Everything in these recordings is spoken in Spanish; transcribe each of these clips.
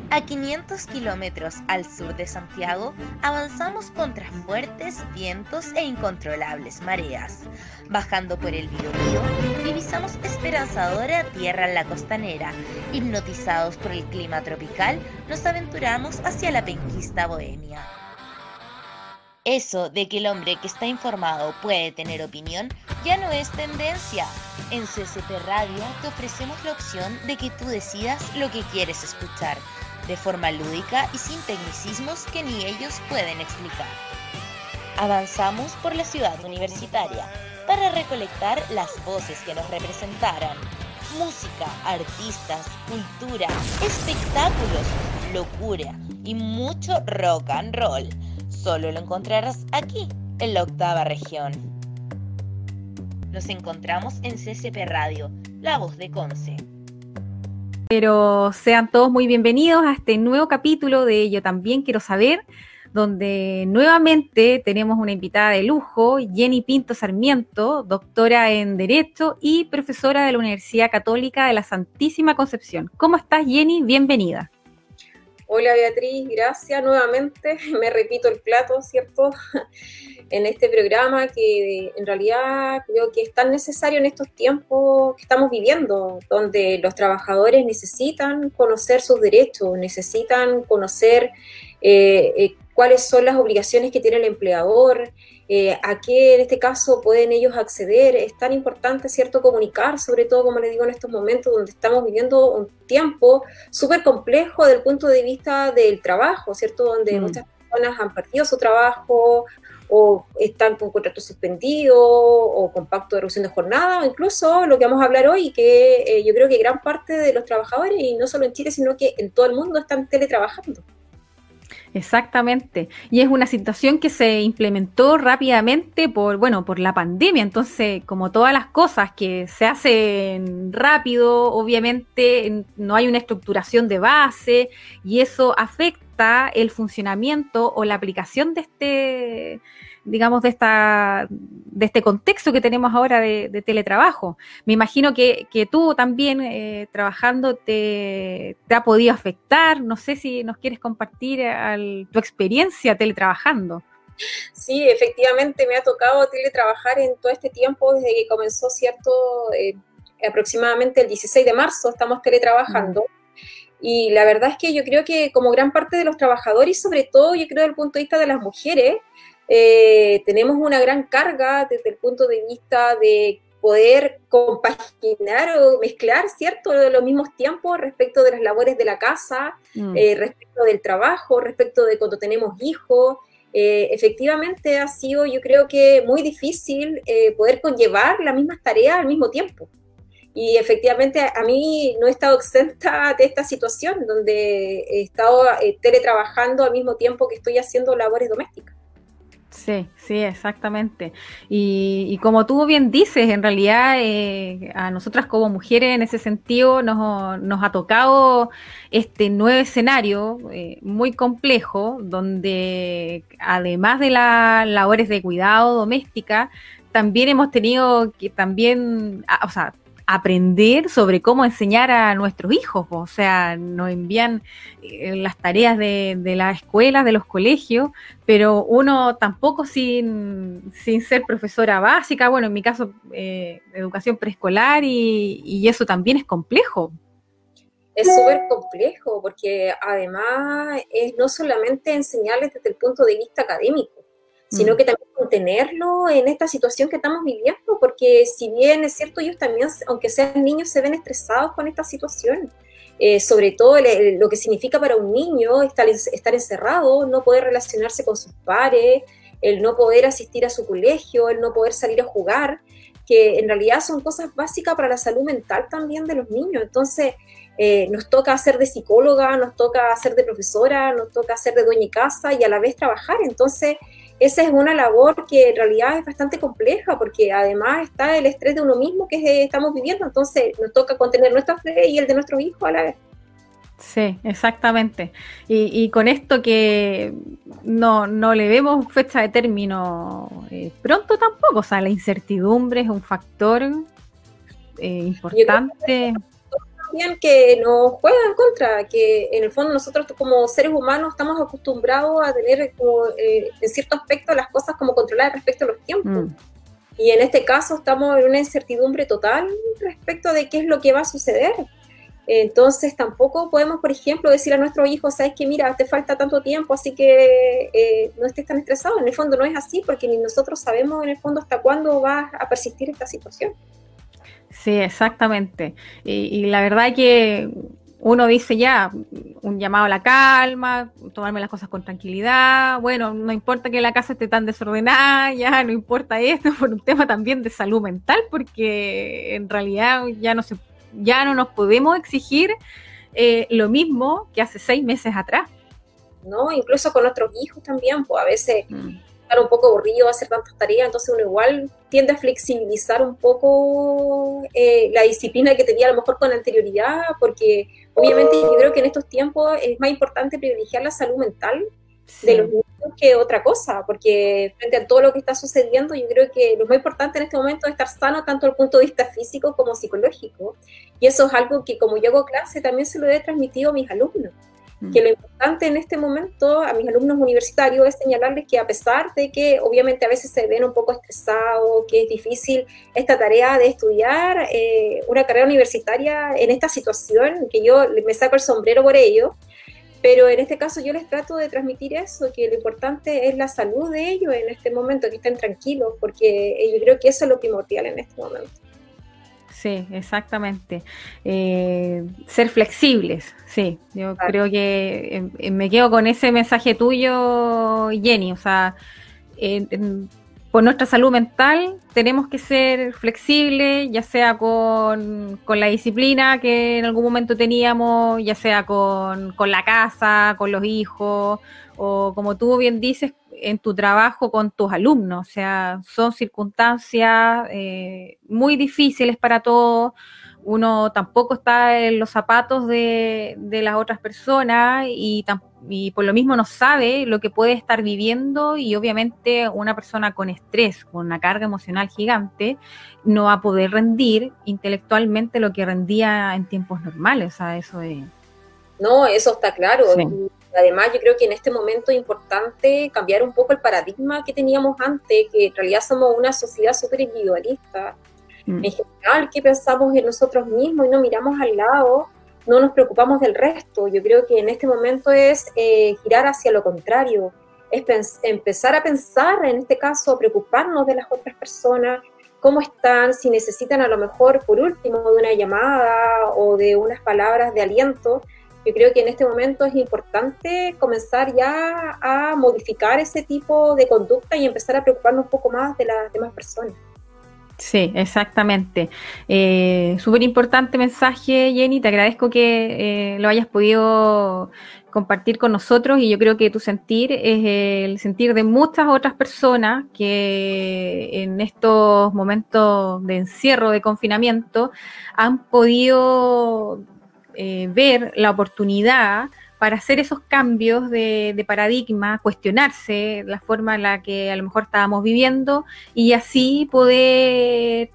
A 500 kilómetros al sur de Santiago, avanzamos contra fuertes vientos e incontrolables mareas. Bajando por el Biobío, divisamos esperanzadora tierra en la costanera. Hipnotizados por el clima tropical, nos aventuramos hacia la penquista bohemia. Eso de que el hombre que está informado puede tener opinión ya no es tendencia. En CCP Radio te ofrecemos la opción de que tú decidas lo que quieres escuchar, de forma lúdica y sin tecnicismos que ni ellos pueden explicar. Avanzamos por la ciudad universitaria para recolectar las voces que nos representaran. Música, artistas, cultura, espectáculos, locura y mucho rock and roll. Solo lo encontrarás aquí, en la 8ª región. Nos encontramos en CCP Radio, la voz de Conce. Pero sean todos muy bienvenidos a este nuevo capítulo de Yo También Quiero Saber, donde nuevamente tenemos una invitada de lujo, Jenny Pinto Sarmiento, doctora en Derecho y profesora de la Universidad Católica de la Santísima Concepción. ¿Cómo estás, Jenny? Bienvenida. Hola Beatriz, gracias nuevamente. Me repito el plato, ¿cierto? En este programa que en realidad creo que es tan necesario en estos tiempos que estamos viviendo, donde los trabajadores necesitan conocer sus derechos, necesitan conocer cuáles son las obligaciones que tiene el empleador, a qué en este caso pueden ellos acceder. Es tan importante, ¿cierto?, comunicar, sobre todo, como les digo, en estos momentos donde estamos viviendo un tiempo súper complejo desde el punto de vista del trabajo, ¿cierto?, donde muchas personas han perdido su trabajo o están con contrato suspendido o con pacto de reducción de jornada, o incluso lo que vamos a hablar hoy, que yo creo que gran parte de los trabajadores, y no solo en Chile, sino que en todo el mundo, están teletrabajando. Exactamente, y es una situación que se implementó rápidamente por la pandemia. Entonces, como todas las cosas que se hacen rápido, obviamente no hay una estructuración de base y eso afecta el funcionamiento o la aplicación de este, digamos, de este contexto que tenemos ahora de teletrabajo. Me imagino que tú también trabajando te ha podido afectar. No sé si nos quieres compartir tu experiencia teletrabajando. Sí, efectivamente me ha tocado teletrabajar en todo este tiempo, desde que comenzó, ¿cierto? Aproximadamente el 16 de marzo estamos teletrabajando. Y la verdad es que yo creo que como gran parte de los trabajadores, y sobre todo yo creo desde el punto de vista de las mujeres, tenemos una gran carga desde el punto de vista de poder compaginar o mezclar, ¿cierto?, los mismos tiempos respecto de las labores de la casa, respecto del trabajo, respecto de cuando tenemos hijos. Efectivamente ha sido, yo creo que muy difícil poder conllevar las mismas tareas al mismo tiempo. Y efectivamente a mí no he estado exenta de esta situación, donde he estado teletrabajando al mismo tiempo que estoy haciendo labores domésticas. Sí, exactamente. Y como tú bien dices, en realidad a nosotras como mujeres en ese sentido nos ha tocado este nuevo escenario muy complejo, donde además de las labores de cuidado doméstica, también hemos tenido que aprender sobre cómo enseñar a nuestros hijos. O sea, nos envían las tareas de las escuelas, de los colegios, pero uno tampoco sin ser profesora básica, bueno, en mi caso, educación preescolar, y eso también es complejo. Es súper complejo, porque además es no solamente enseñarles desde el punto de vista académico, sino que también contenerlo en esta situación que estamos viviendo, porque si bien es cierto, ellos también, aunque sean niños, se ven estresados con esta situación, sobre todo lo que significa para un niño estar encerrado, no poder relacionarse con sus pares, el no poder asistir a su colegio, el no poder salir a jugar, que en realidad son cosas básicas para la salud mental también de los niños. Entonces nos toca hacer de psicóloga, nos toca hacer de profesora, nos toca hacer de dueña de casa y a la vez trabajar. Entonces esa es una labor que en realidad es bastante compleja, porque además está el estrés de uno mismo que estamos viviendo. Entonces nos toca contener nuestra fe y el de nuestros hijos a la vez. Sí, exactamente. Y con esto que no le vemos fecha de término pronto tampoco. O sea, la incertidumbre es un factor importante. bien que nos juega en contra, que en el fondo nosotros como seres humanos estamos acostumbrados a tener como, en cierto aspecto las cosas como controladas respecto a los tiempos. Y en este caso estamos en una incertidumbre total respecto de qué es lo que va a suceder. Entonces tampoco podemos, por ejemplo, decir a nuestros hijos, sabes que mira, te falta tanto tiempo, así que no estés tan estresado. En el fondo no es así, porque ni nosotros sabemos en el fondo hasta cuándo va a persistir esta situación. Sí, exactamente. Y la verdad que uno dice ya, un llamado a la calma, tomarme las cosas con tranquilidad, bueno, no importa que la casa esté tan desordenada, ya no importa esto, por un tema también de salud mental, porque en realidad ya no nos podemos exigir lo mismo que hace 6 meses atrás. ¿No? Incluso con nuestros hijos también, pues a veces estar un poco aburrido, hacer tantas tareas, entonces uno igual tiende a flexibilizar un poco la disciplina que tenía a lo mejor con anterioridad, porque obviamente yo creo que en estos tiempos es más importante privilegiar la salud mental de los niños que otra cosa, porque frente a todo lo que está sucediendo, yo creo que lo más importante en este momento es estar sano tanto desde el punto de vista físico como psicológico, y eso es algo que como yo hago clase también se lo he transmitido a mis alumnos, que lo importante en este momento a mis alumnos universitarios es señalarles que a pesar de que obviamente a veces se ven un poco estresados, que es difícil esta tarea de estudiar una carrera universitaria en esta situación, que yo me saco el sombrero por ello, pero en este caso yo les trato de transmitir eso, que lo importante es la salud de ellos en este momento, que estén tranquilos, porque yo creo que eso es lo primordial en este momento. Sí, exactamente. Ser flexibles, sí. Yo creo que me quedo con ese mensaje tuyo, Jenny. O sea, por nuestra salud mental tenemos que ser flexibles, ya sea con la disciplina que en algún momento teníamos, ya sea con la casa, con los hijos, o como tú bien dices, en tu trabajo con tus alumnos. O sea, son circunstancias muy difíciles para todos. Uno tampoco está en los zapatos de las otras personas y por lo mismo no sabe lo que puede estar viviendo, y obviamente una persona con estrés, con una carga emocional gigante, no va a poder rendir intelectualmente lo que rendía en tiempos normales. O sea, eso es... No, eso está claro. Sí. Además, yo creo que en este momento es importante cambiar un poco el paradigma que teníamos antes, que en realidad somos una sociedad súper individualista. En general, que pensamos en nosotros mismos y no miramos al lado, no nos preocupamos del resto. Yo creo que en este momento es girar hacia lo contrario, es empezar a pensar, en este caso, preocuparnos de las otras personas, cómo están, si necesitan a lo mejor, por último, de una llamada o de unas palabras de aliento. Yo creo que en este momento es importante comenzar ya a modificar ese tipo de conducta y empezar a preocuparnos un poco más de las demás personas. Sí, exactamente. Súper importante mensaje, Jenny. Te agradezco que lo hayas podido compartir con nosotros, y yo creo que tu sentir es el sentir de muchas otras personas que en estos momentos de encierro, de confinamiento, han podido ver la oportunidad para hacer esos cambios de paradigma, cuestionarse la forma en la que a lo mejor estábamos viviendo, y así poder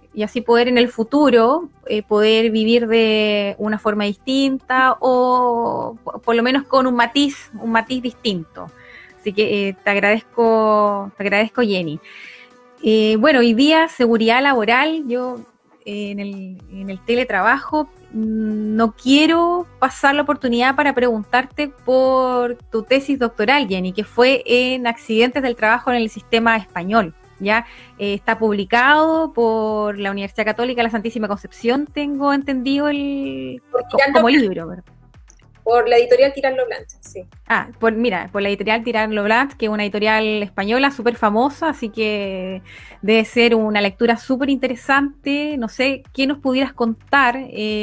en el futuro poder vivir de una forma distinta, o por lo menos con un matiz distinto. Así que te agradezco, Jenny. Bueno, hoy día seguridad laboral. Yo en el teletrabajo no quiero pasar la oportunidad para preguntarte por tu tesis doctoral, Jenny, que fue en accidentes del trabajo en el sistema español. Ya está publicado por la Universidad Católica de la Santísima Concepción, tengo entendido, como libro, ¿verdad? Por la editorial Tirant-Lo Blanch, sí. Por la editorial Tirant-Lo Blanch, que es una editorial española súper famosa, así que debe ser una lectura súper interesante. No sé, ¿qué nos pudieras contar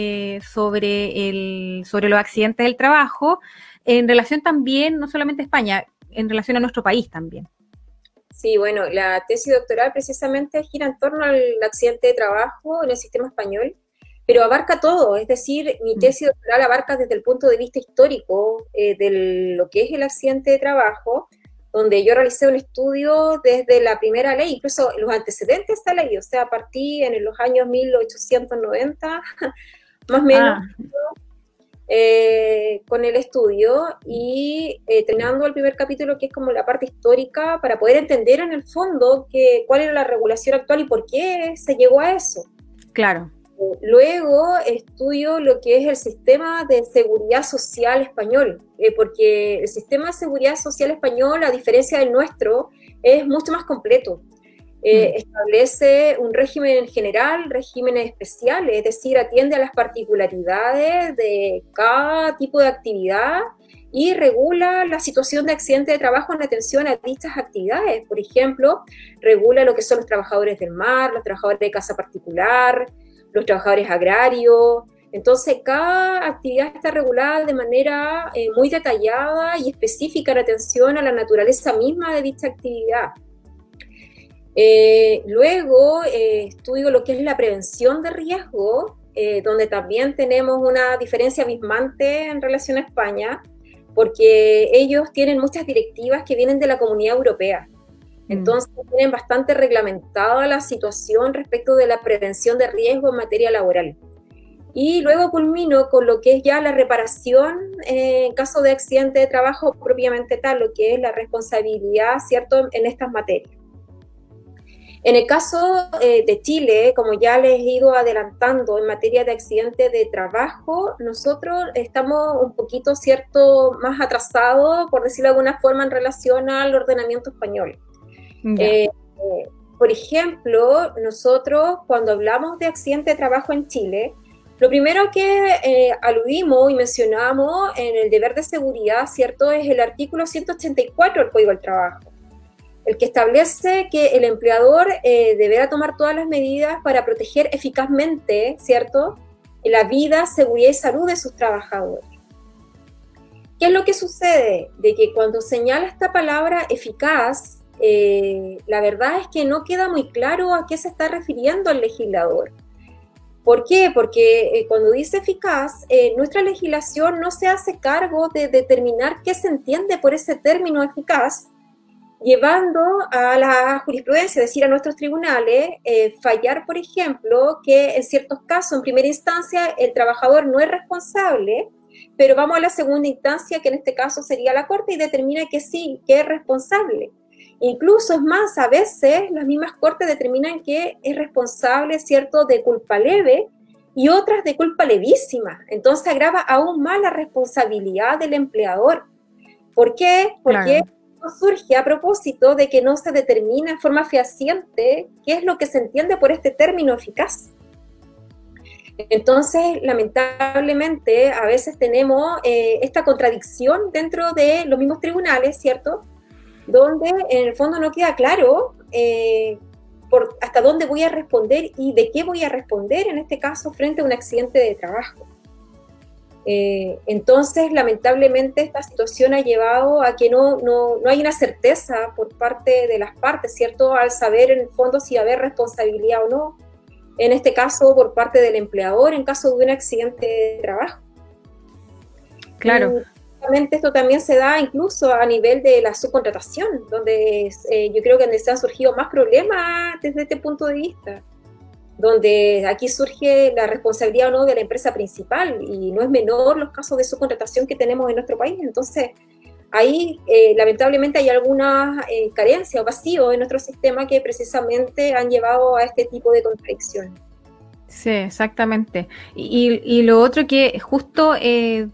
sobre los accidentes del trabajo, en relación también, no solamente a España, en relación a nuestro país también? Sí, bueno, la tesis doctoral precisamente gira en torno al accidente de trabajo en el sistema español, pero abarca todo, es decir, mi tesis doctoral abarca desde el punto de vista histórico de lo que es el accidente de trabajo, donde yo realicé un estudio desde la primera ley, incluso los antecedentes de esta ley, o sea, partí en los años 1890 más o menos, con el estudio, y terminando el primer capítulo, que es como la parte histórica, para poder entender en el fondo cuál era la regulación actual y por qué se llegó a eso. Claro. Luego estudio lo que es el sistema de seguridad social español, porque el sistema de seguridad social español, a diferencia del nuestro, es mucho más completo. Establece un régimen general, regímenes especiales, es decir, atiende a las particularidades de cada tipo de actividad y regula la situación de accidente de trabajo en atención a dichas actividades. Por ejemplo, regula lo que son los trabajadores del mar, los trabajadores de casa particular, los trabajadores agrarios. Entonces, cada actividad está regulada de manera muy detallada y específica en atención a la naturaleza misma de dicha actividad. Luego estudio lo que es la prevención de riesgo, donde también tenemos una diferencia abismante en relación a España, porque ellos tienen muchas directivas que vienen de la Comunidad Europea. Entonces tienen bastante reglamentada la situación respecto de la prevención de riesgo en materia laboral. Y luego culmino con lo que es ya la reparación en caso de accidente de trabajo propiamente tal, lo que es la responsabilidad, ¿cierto?, en estas materias. En el caso de Chile, como ya les he ido adelantando en materia de accidente de trabajo, nosotros estamos un poquito, ¿cierto?, más atrasados, por decirlo de alguna forma, en relación al ordenamiento español. Por ejemplo, nosotros cuando hablamos de accidente de trabajo en Chile, lo primero que aludimos y mencionamos en el deber de seguridad, ¿cierto?, es el artículo 184 del Código del Trabajo, el que establece que el empleador deberá tomar todas las medidas para proteger eficazmente, ¿cierto?, la vida, seguridad y salud de sus trabajadores. ¿Qué es lo que sucede? De que cuando señala esta palabra eficaz, la verdad es que no queda muy claro a qué se está refiriendo el legislador. ¿Por qué? Porque cuando dice eficaz, nuestra legislación no se hace cargo de determinar qué se entiende por ese término eficaz, llevando a la jurisprudencia, es decir, a nuestros tribunales, fallar, por ejemplo, que en ciertos casos, en primera instancia, el trabajador no es responsable, pero vamos a la segunda instancia, que en este caso sería la Corte, y determina que sí, que es responsable. Incluso, es más, a veces las mismas Cortes determinan que es responsable, ¿cierto?, de culpa leve, y otras de culpa levísima. Entonces agrava aún más la responsabilidad del empleador. ¿Por qué? Porque surge a propósito de que no se determina en forma fehaciente qué es lo que se entiende por este término eficaz. Entonces, lamentablemente, a veces tenemos esta contradicción dentro de los mismos tribunales, ¿cierto?, donde en el fondo no queda claro hasta dónde voy a responder y de qué voy a responder, en este caso, frente a un accidente de trabajo. Entonces, lamentablemente, esta situación ha llevado a que no hay una certeza por parte de las partes, ¿cierto?, al saber en el fondo si va a haber responsabilidad o no, en este caso por parte del empleador en caso de un accidente de trabajo. Claro. Y esto también se da incluso a nivel de la subcontratación, donde yo creo que se han surgido más problemas desde este punto de vista, donde aquí surge la responsabilidad o no de la empresa principal, y no es menor los casos de subcontratación que tenemos en nuestro país. Entonces, ahí lamentablemente hay algunas carencias o vacíos en nuestro sistema que precisamente han llevado a este tipo de contradicciones. Sí, exactamente. Y lo otro que justo en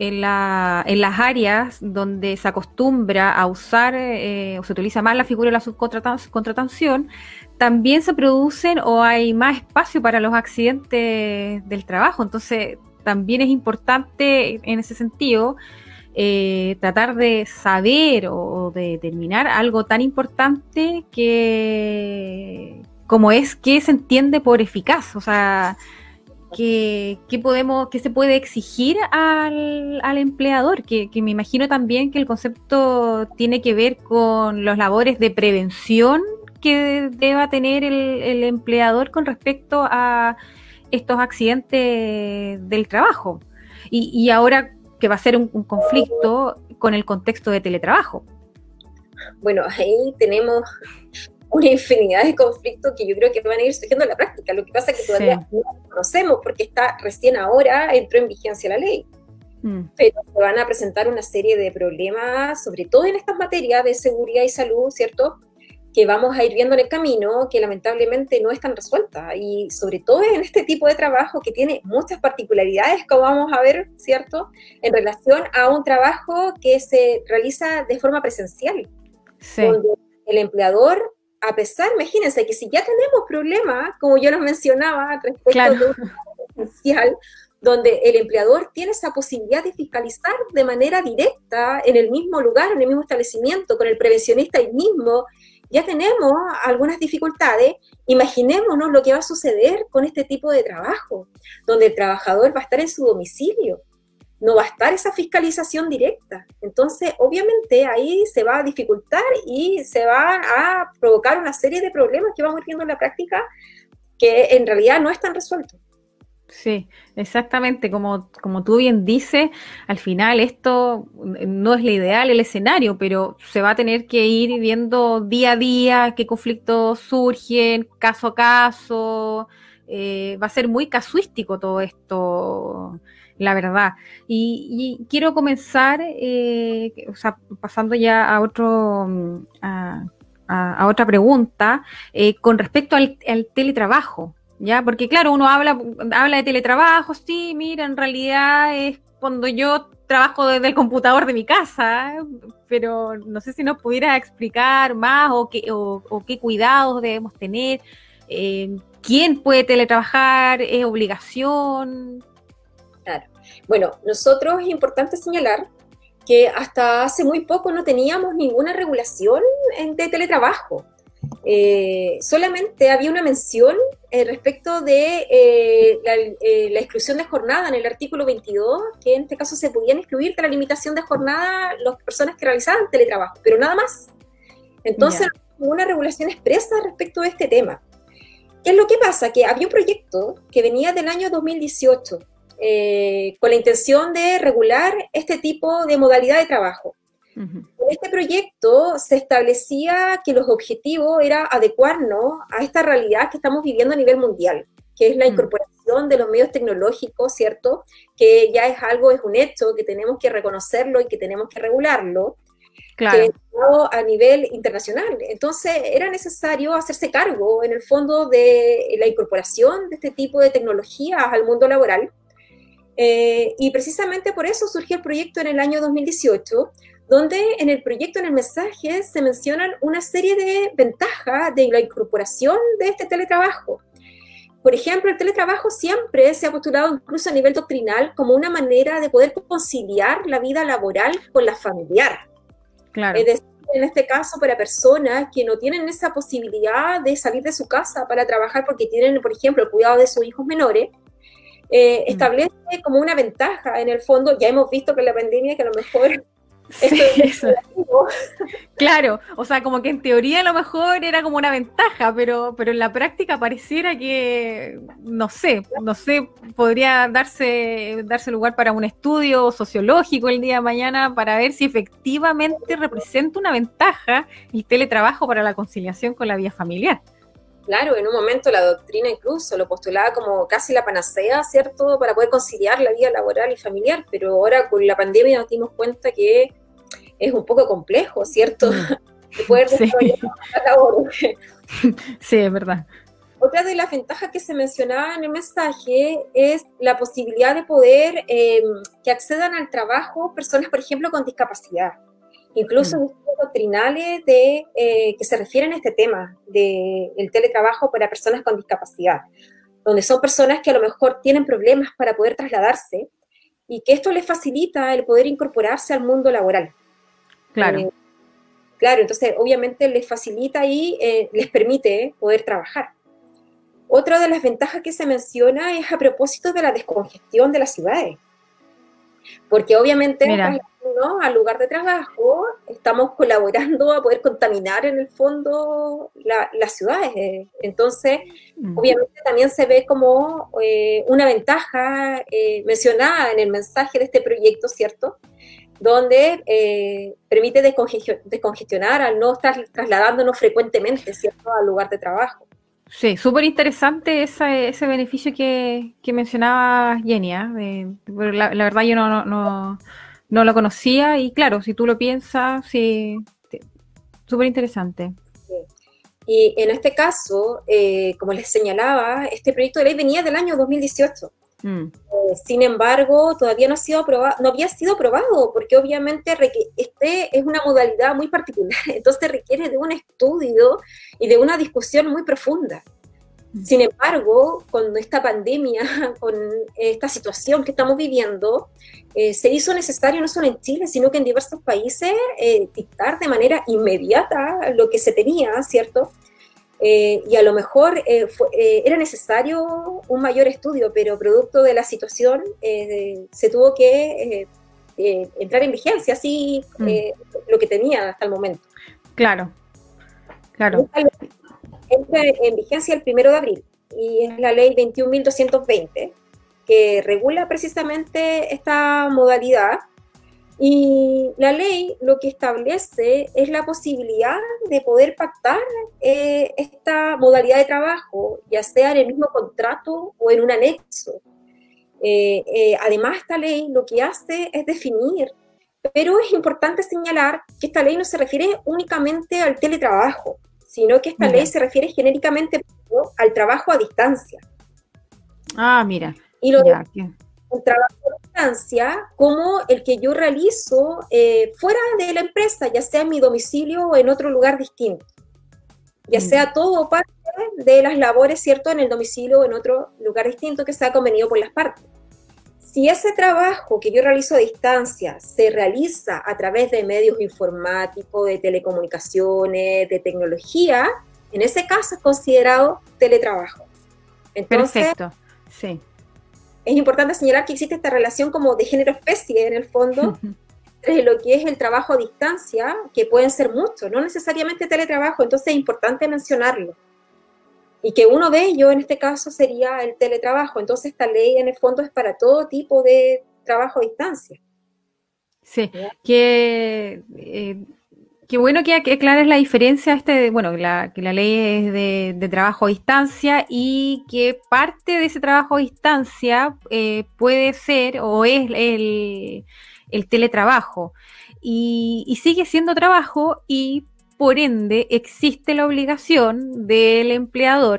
las áreas donde se acostumbra a usar o se utiliza más la figura de la subcontratación, también se producen o hay más espacio para los accidentes del trabajo. Entonces, también es importante en ese sentido tratar de saber o de determinar algo tan importante como es qué se entiende por eficaz. O sea, qué se puede exigir al empleador, que me imagino también que el concepto tiene que ver con las labores de prevención que deba tener el empleador con respecto a estos accidentes del trabajo. Y ahora que va a ser un conflicto con el contexto de teletrabajo. Bueno, ahí tenemos una infinidad de conflictos que yo creo que van a ir surgiendo en la práctica. Lo que pasa es que todavía no lo conocemos porque está recién ahora, entró en vigencia la ley. Pero se van a presentar una serie de problemas, sobre todo en estas materias de seguridad y salud, ¿cierto?, que vamos a ir viendo en el camino, que lamentablemente no están resueltas, y sobre todo en este tipo de trabajo que tiene muchas particularidades, como vamos a ver, ¿cierto?, en relación a un trabajo que se realiza de forma presencial, donde el empleador, a pesar, imagínense que si ya tenemos problemas, como yo los mencionaba, respecto de un trabajo presencial, donde el empleador tiene esa posibilidad de fiscalizar de manera directa en el mismo lugar, en el mismo establecimiento, con el prevencionista ahí mismo, ya tenemos algunas dificultades. Imaginémonos lo que va a suceder con este tipo de trabajo, donde el trabajador va a estar en su domicilio, no va a estar esa fiscalización directa. Entonces, obviamente, ahí se va a dificultar y se va a provocar una serie de problemas que vamos viendo en la práctica que en realidad no están resueltos. Sí, exactamente, como tú bien dices, al final esto no es lo ideal, el escenario, pero se va a tener que ir viendo día a día qué conflictos surgen, caso a caso, va a ser muy casuístico todo esto, la verdad. Y quiero comenzar, o sea, pasando ya a otro, a otra pregunta, con respecto al teletrabajo. ¿Ya? Porque claro, uno habla de teletrabajo, sí, mira, en realidad es cuando yo trabajo desde el computador de mi casa, pero no sé si nos pudiera explicar más o qué cuidados debemos tener, quién puede teletrabajar, es obligación. Claro. Bueno, nosotros es importante señalar que hasta hace muy poco no teníamos ninguna regulación de teletrabajo. Solamente había una mención respecto de la exclusión de jornada en el artículo 22, que en este caso se podían excluir de la limitación de jornada las personas que realizaban teletrabajo, pero nada más. Entonces, no hubo una regulación expresa respecto a este tema. ¿Qué es lo que pasa? Que había un proyecto que venía del año 2018 con la intención de regular este tipo de modalidad de trabajo. En este proyecto se establecía que los objetivos era adecuarnos a esta realidad que estamos viviendo a nivel mundial, que es la incorporación de los medios tecnológicos, ¿cierto? Que ya es algo, es un hecho, que tenemos que reconocerlo y que tenemos que regularlo, claro, que a nivel internacional. Entonces era necesario hacerse cargo, en el fondo, de la incorporación de este tipo de tecnologías al mundo laboral, y precisamente por eso surgió el proyecto en el año 2018, donde en el proyecto, en el mensaje, se mencionan una serie de ventajas de la incorporación de este teletrabajo. Por ejemplo, el teletrabajo siempre se ha postulado, incluso a nivel doctrinal, como una manera de poder conciliar la vida laboral con la familiar. Claro. Es decir, en este caso, para personas que no tienen esa posibilidad de salir de su casa para trabajar porque tienen, por ejemplo, el cuidado de sus hijos menores, establece como una ventaja, en el fondo. Ya hemos visto con la pandemia que a lo mejor... Sí, eso. Claro, o sea, como que en teoría a lo mejor era como una ventaja, pero en la práctica pareciera que, no sé, podría darse lugar para un estudio sociológico el día de mañana para ver si efectivamente representa una ventaja el teletrabajo para la conciliación con la vida familiar. Claro, en un momento la doctrina incluso lo postulaba como casi la panacea, ¿cierto?, para poder conciliar la vida laboral y familiar, pero ahora con la pandemia nos dimos cuenta que es un poco complejo, ¿cierto?, de poder desarrollar la labor. Sí, es verdad. Otra de las ventajas que se mencionaba en el mensaje es la posibilidad de poder que accedan al trabajo personas, por ejemplo, con discapacidad. Incluso estudios doctrinales que se refieren a este tema del teletrabajo para personas con discapacidad, donde son personas que a lo mejor tienen problemas para poder trasladarse y que esto les facilita el poder incorporarse al mundo laboral. Claro. Claro, entonces obviamente les facilita y les permite poder trabajar. Otra de las ventajas que se menciona es a propósito de la descongestión de las ciudades, porque obviamente retorno al lugar de trabajo, estamos colaborando a poder contaminar en el fondo las ciudades. Entonces, obviamente también se ve como una ventaja mencionada en el mensaje de este proyecto, ¿cierto?, donde permite descongestionar al no estar trasladándonos frecuentemente, ¿cierto?, al lugar de trabajo. Sí, súper interesante ese beneficio que mencionaba Jenny. La verdad yo no lo conocía y claro, si tú lo piensas, sí, súper interesante. Sí. Y en este caso, como les señalaba, este proyecto de ley venía del año 2018. Sin embargo, todavía no había sido aprobado, porque obviamente este es una modalidad muy particular, entonces requiere de un estudio y de una discusión muy profunda. Sin embargo, con esta pandemia, con esta situación que estamos viviendo, se hizo necesario no solo en Chile, sino que en diversos países dictar de manera inmediata lo que se tenía, ¿cierto? Y a lo mejor era necesario un mayor estudio, pero producto de la situación se tuvo que entrar en vigencia, así lo que tenía hasta el momento. Claro. Entra en vigencia el 1 de abril y es la ley 21.220 que regula precisamente esta modalidad. Y la ley lo que establece es la posibilidad de poder pactar esta modalidad de trabajo, ya sea en el mismo contrato o en un anexo. Además, esta ley lo que hace es definir, pero es importante señalar que esta ley no se refiere únicamente al teletrabajo, sino que esta ley se refiere genéricamente al trabajo a distancia. Mira. Y un trabajo a distancia como el que yo realizo fuera de la empresa, ya sea en mi domicilio o en otro lugar distinto. Ya sea todo o parte de las labores, ¿cierto?, en el domicilio o en otro lugar distinto que sea convenido por las partes. Si ese trabajo que yo realizo a distancia se realiza a través de medios informáticos, de telecomunicaciones, de tecnología, en ese caso es considerado teletrabajo. Entonces, perfecto, sí. Es importante señalar que existe esta relación como de género-especie, en el fondo, entre lo que es el trabajo a distancia, que pueden ser muchos, no necesariamente teletrabajo, entonces es importante mencionarlo. Y que uno de ellos, en este caso, sería el teletrabajo. Entonces, esta ley, en el fondo, es para todo tipo de trabajo a distancia. Sí, qué bueno que aclares la diferencia, que la ley es de trabajo a distancia y que parte de ese trabajo a distancia puede ser o es el teletrabajo. Y sigue siendo trabajo y por ende existe la obligación del empleador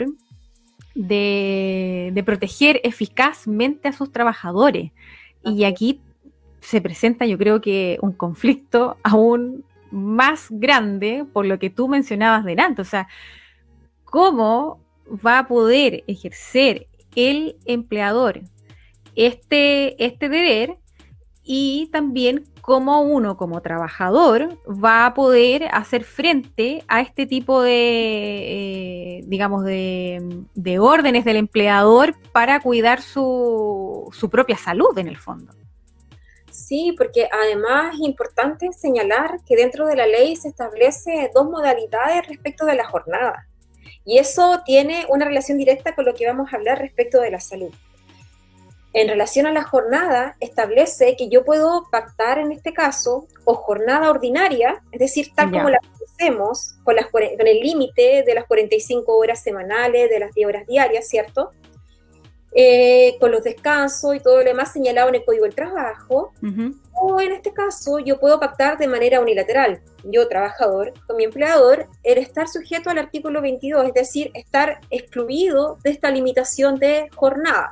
de proteger eficazmente a sus trabajadores. Y aquí se presenta, yo creo que un conflicto aún más grande por lo que tú mencionabas delante. O sea, ¿cómo va a poder ejercer el empleador este deber? Y también cómo uno como trabajador va a poder hacer frente a este tipo de, de órdenes del empleador para cuidar su propia salud en el fondo. Sí, porque además es importante señalar que dentro de la ley se establece dos modalidades respecto de la jornada. Y eso tiene una relación directa con lo que vamos a hablar respecto de la salud. En relación a la jornada, establece que yo puedo pactar en este caso o jornada ordinaria, es decir, tal como la conocemos, con el límite de las 45 horas semanales, de las 10 horas diarias, ¿cierto? Con los descansos y todo lo demás señalado en el Código del Trabajo, o en este caso yo puedo pactar de manera unilateral, yo trabajador con mi empleador, el estar sujeto al artículo 22, es decir, estar excluido de esta limitación de jornada.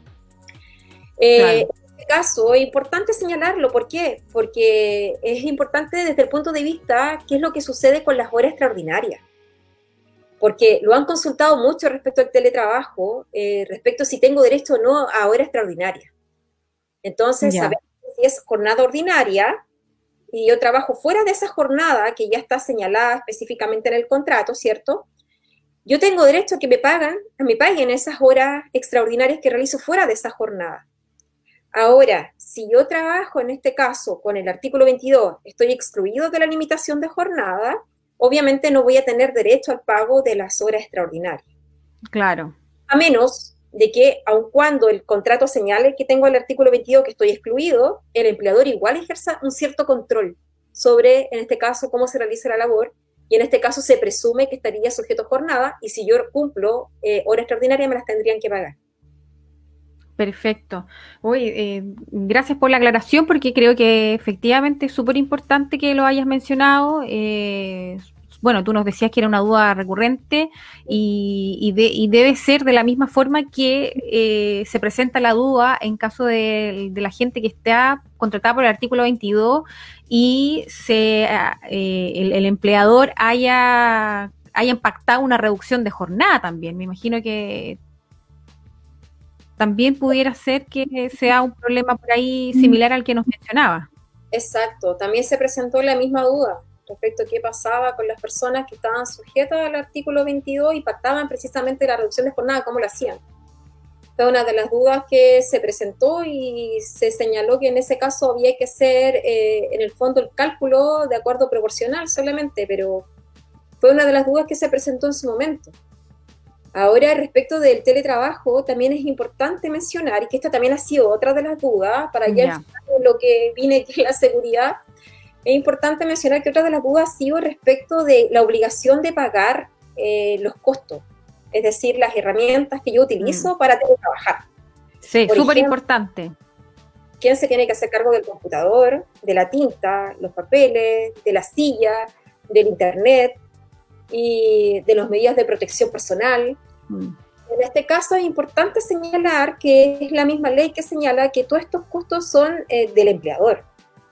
En este caso es importante señalarlo, ¿por qué? Porque es importante desde el punto de vista qué es lo que sucede con las horas extraordinarias. Porque lo han consultado mucho respecto al teletrabajo, respecto si tengo derecho o no a hora extraordinaria. Entonces, sabemos si es jornada ordinaria y yo trabajo fuera de esa jornada que ya está señalada específicamente en el contrato, ¿cierto? Yo tengo derecho a que me paguen esas horas extraordinarias que realizo fuera de esa jornada. Ahora, si yo trabajo en este caso con el artículo 22, estoy excluido de la limitación de jornada, obviamente no voy a tener derecho al pago de las horas extraordinarias. Claro. A menos de que, aun cuando el contrato señale que tengo el artículo 22 que estoy excluido, el empleador igual ejerza un cierto control sobre, en este caso, cómo se realiza la labor, y en este caso se presume que estaría sujeto a jornada, y si yo cumplo horas extraordinarias me las tendrían que pagar. Perfecto. Oye, gracias por la aclaración, porque creo que efectivamente es súper importante que lo hayas mencionado. Bueno, tú nos decías que era una duda recurrente y debe ser de la misma forma que se presenta la duda en caso de la gente que está contratada por el artículo 22 y el empleador haya impactado una reducción de jornada también. Me imagino que también pudiera ser que sea un problema por ahí similar al que nos mencionaba. Exacto, también se presentó la misma duda respecto a qué pasaba con las personas que estaban sujetas al artículo 22 y pactaban precisamente la reducción de jornada, cómo lo hacían. Fue una de las dudas que se presentó y se señaló que en ese caso había que hacer, en el fondo, el cálculo de acuerdo proporcional solamente, pero fue una de las dudas que se presentó en su momento. Ahora, respecto del teletrabajo, también es importante mencionar, y que esta también ha sido otra de las dudas, para ya lo que viene, que es la seguridad, es importante mencionar que otra de las dudas ha sido respecto de la obligación de pagar los costos, es decir, las herramientas que yo utilizo para teletrabajar. Sí, súper importante. ¿Quién se tiene que hacer cargo del computador, de la tinta, los papeles, de la silla, del internet y de las medidas de protección personal? En este caso es importante señalar que es la misma ley que señala que todos estos costos son del empleador.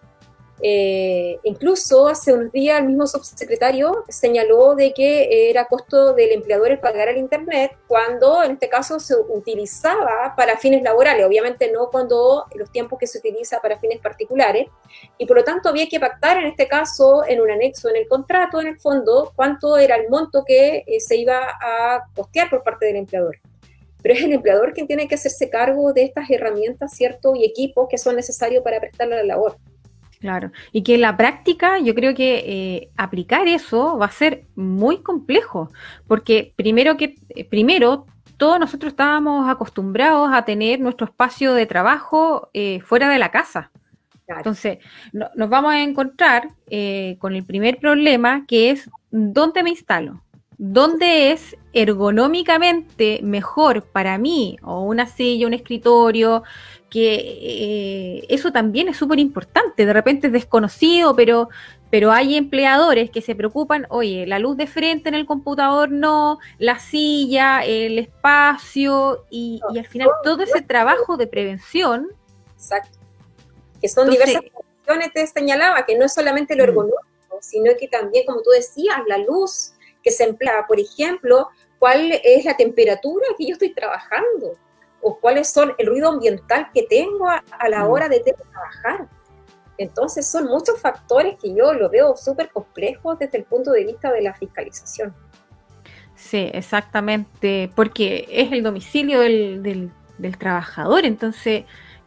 Incluso hace unos días el mismo subsecretario señaló de que era costo del empleador el pagar el internet cuando en este caso se utilizaba para fines laborales, obviamente no cuando los tiempos que se utiliza para fines particulares, y por lo tanto había que pactar en este caso en un anexo en el contrato, en el fondo, cuánto era el monto que se iba a costear por parte del empleador. Pero es el empleador quien tiene que hacerse cargo de estas herramientas, ¿cierto? Y equipos que son necesarios para prestarle la labor. Claro, y que en la práctica yo creo que aplicar eso va a ser muy complejo, porque primero todos nosotros estábamos acostumbrados a tener nuestro espacio de trabajo fuera de la casa. Claro. Entonces, nos vamos a encontrar con el primer problema, que es ¿dónde me instalo? ¿Dónde es ergonómicamente mejor para mí? O una silla, un escritorio, que eso también es súper importante. De repente es desconocido, pero hay empleadores que se preocupan, oye, la luz de frente en el computador no, la silla, el espacio, y al final todo ese trabajo de prevención. Exacto. Que son diversas funciones, te señalaba, que no es solamente lo ergonómico, sino que también, como tú decías, la luz que se emplea, por ejemplo, cuál es la temperatura que yo estoy trabajando, o cuáles son el ruido ambiental que tengo a la hora de trabajar. Entonces son muchos factores que yo lo veo súper complejos desde el punto de vista de la fiscalización. Sí, exactamente, porque es el domicilio del trabajador, entonces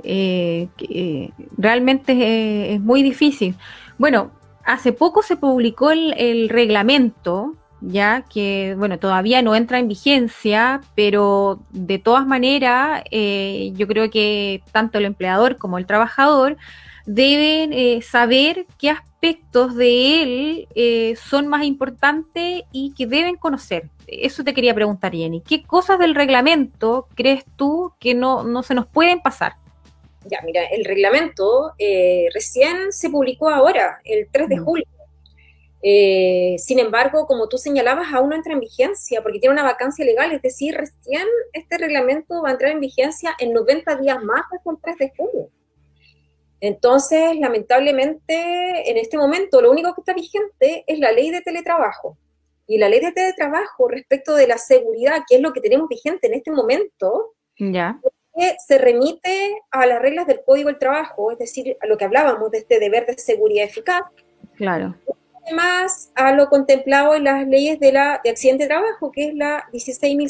realmente es muy difícil. Bueno, hace poco se publicó el reglamento, ya que, bueno, todavía no entra en vigencia, pero de todas maneras yo creo que tanto el empleador como el trabajador deben saber qué aspectos de él son más importantes y que deben conocer. Eso te quería preguntar, Jenny. ¿Qué cosas del reglamento crees tú que no se nos pueden pasar? Ya, mira, el reglamento recién se publicó ahora, el 3 de julio. Sin embargo, como tú señalabas, aún no entra en vigencia porque tiene una vacancia legal, es decir, recién este reglamento va a entrar en vigencia en 90 días más desde el 3 de julio. Entonces, lamentablemente, en este momento, lo único que está vigente es la ley de teletrabajo. Y la ley de teletrabajo respecto de la seguridad, que es lo que tenemos vigente en este momento, que se remite a las reglas del Código del Trabajo, es decir, a lo que hablábamos de este deber de seguridad eficaz. Claro. Además, a lo contemplado en las leyes de accidente de trabajo, que es la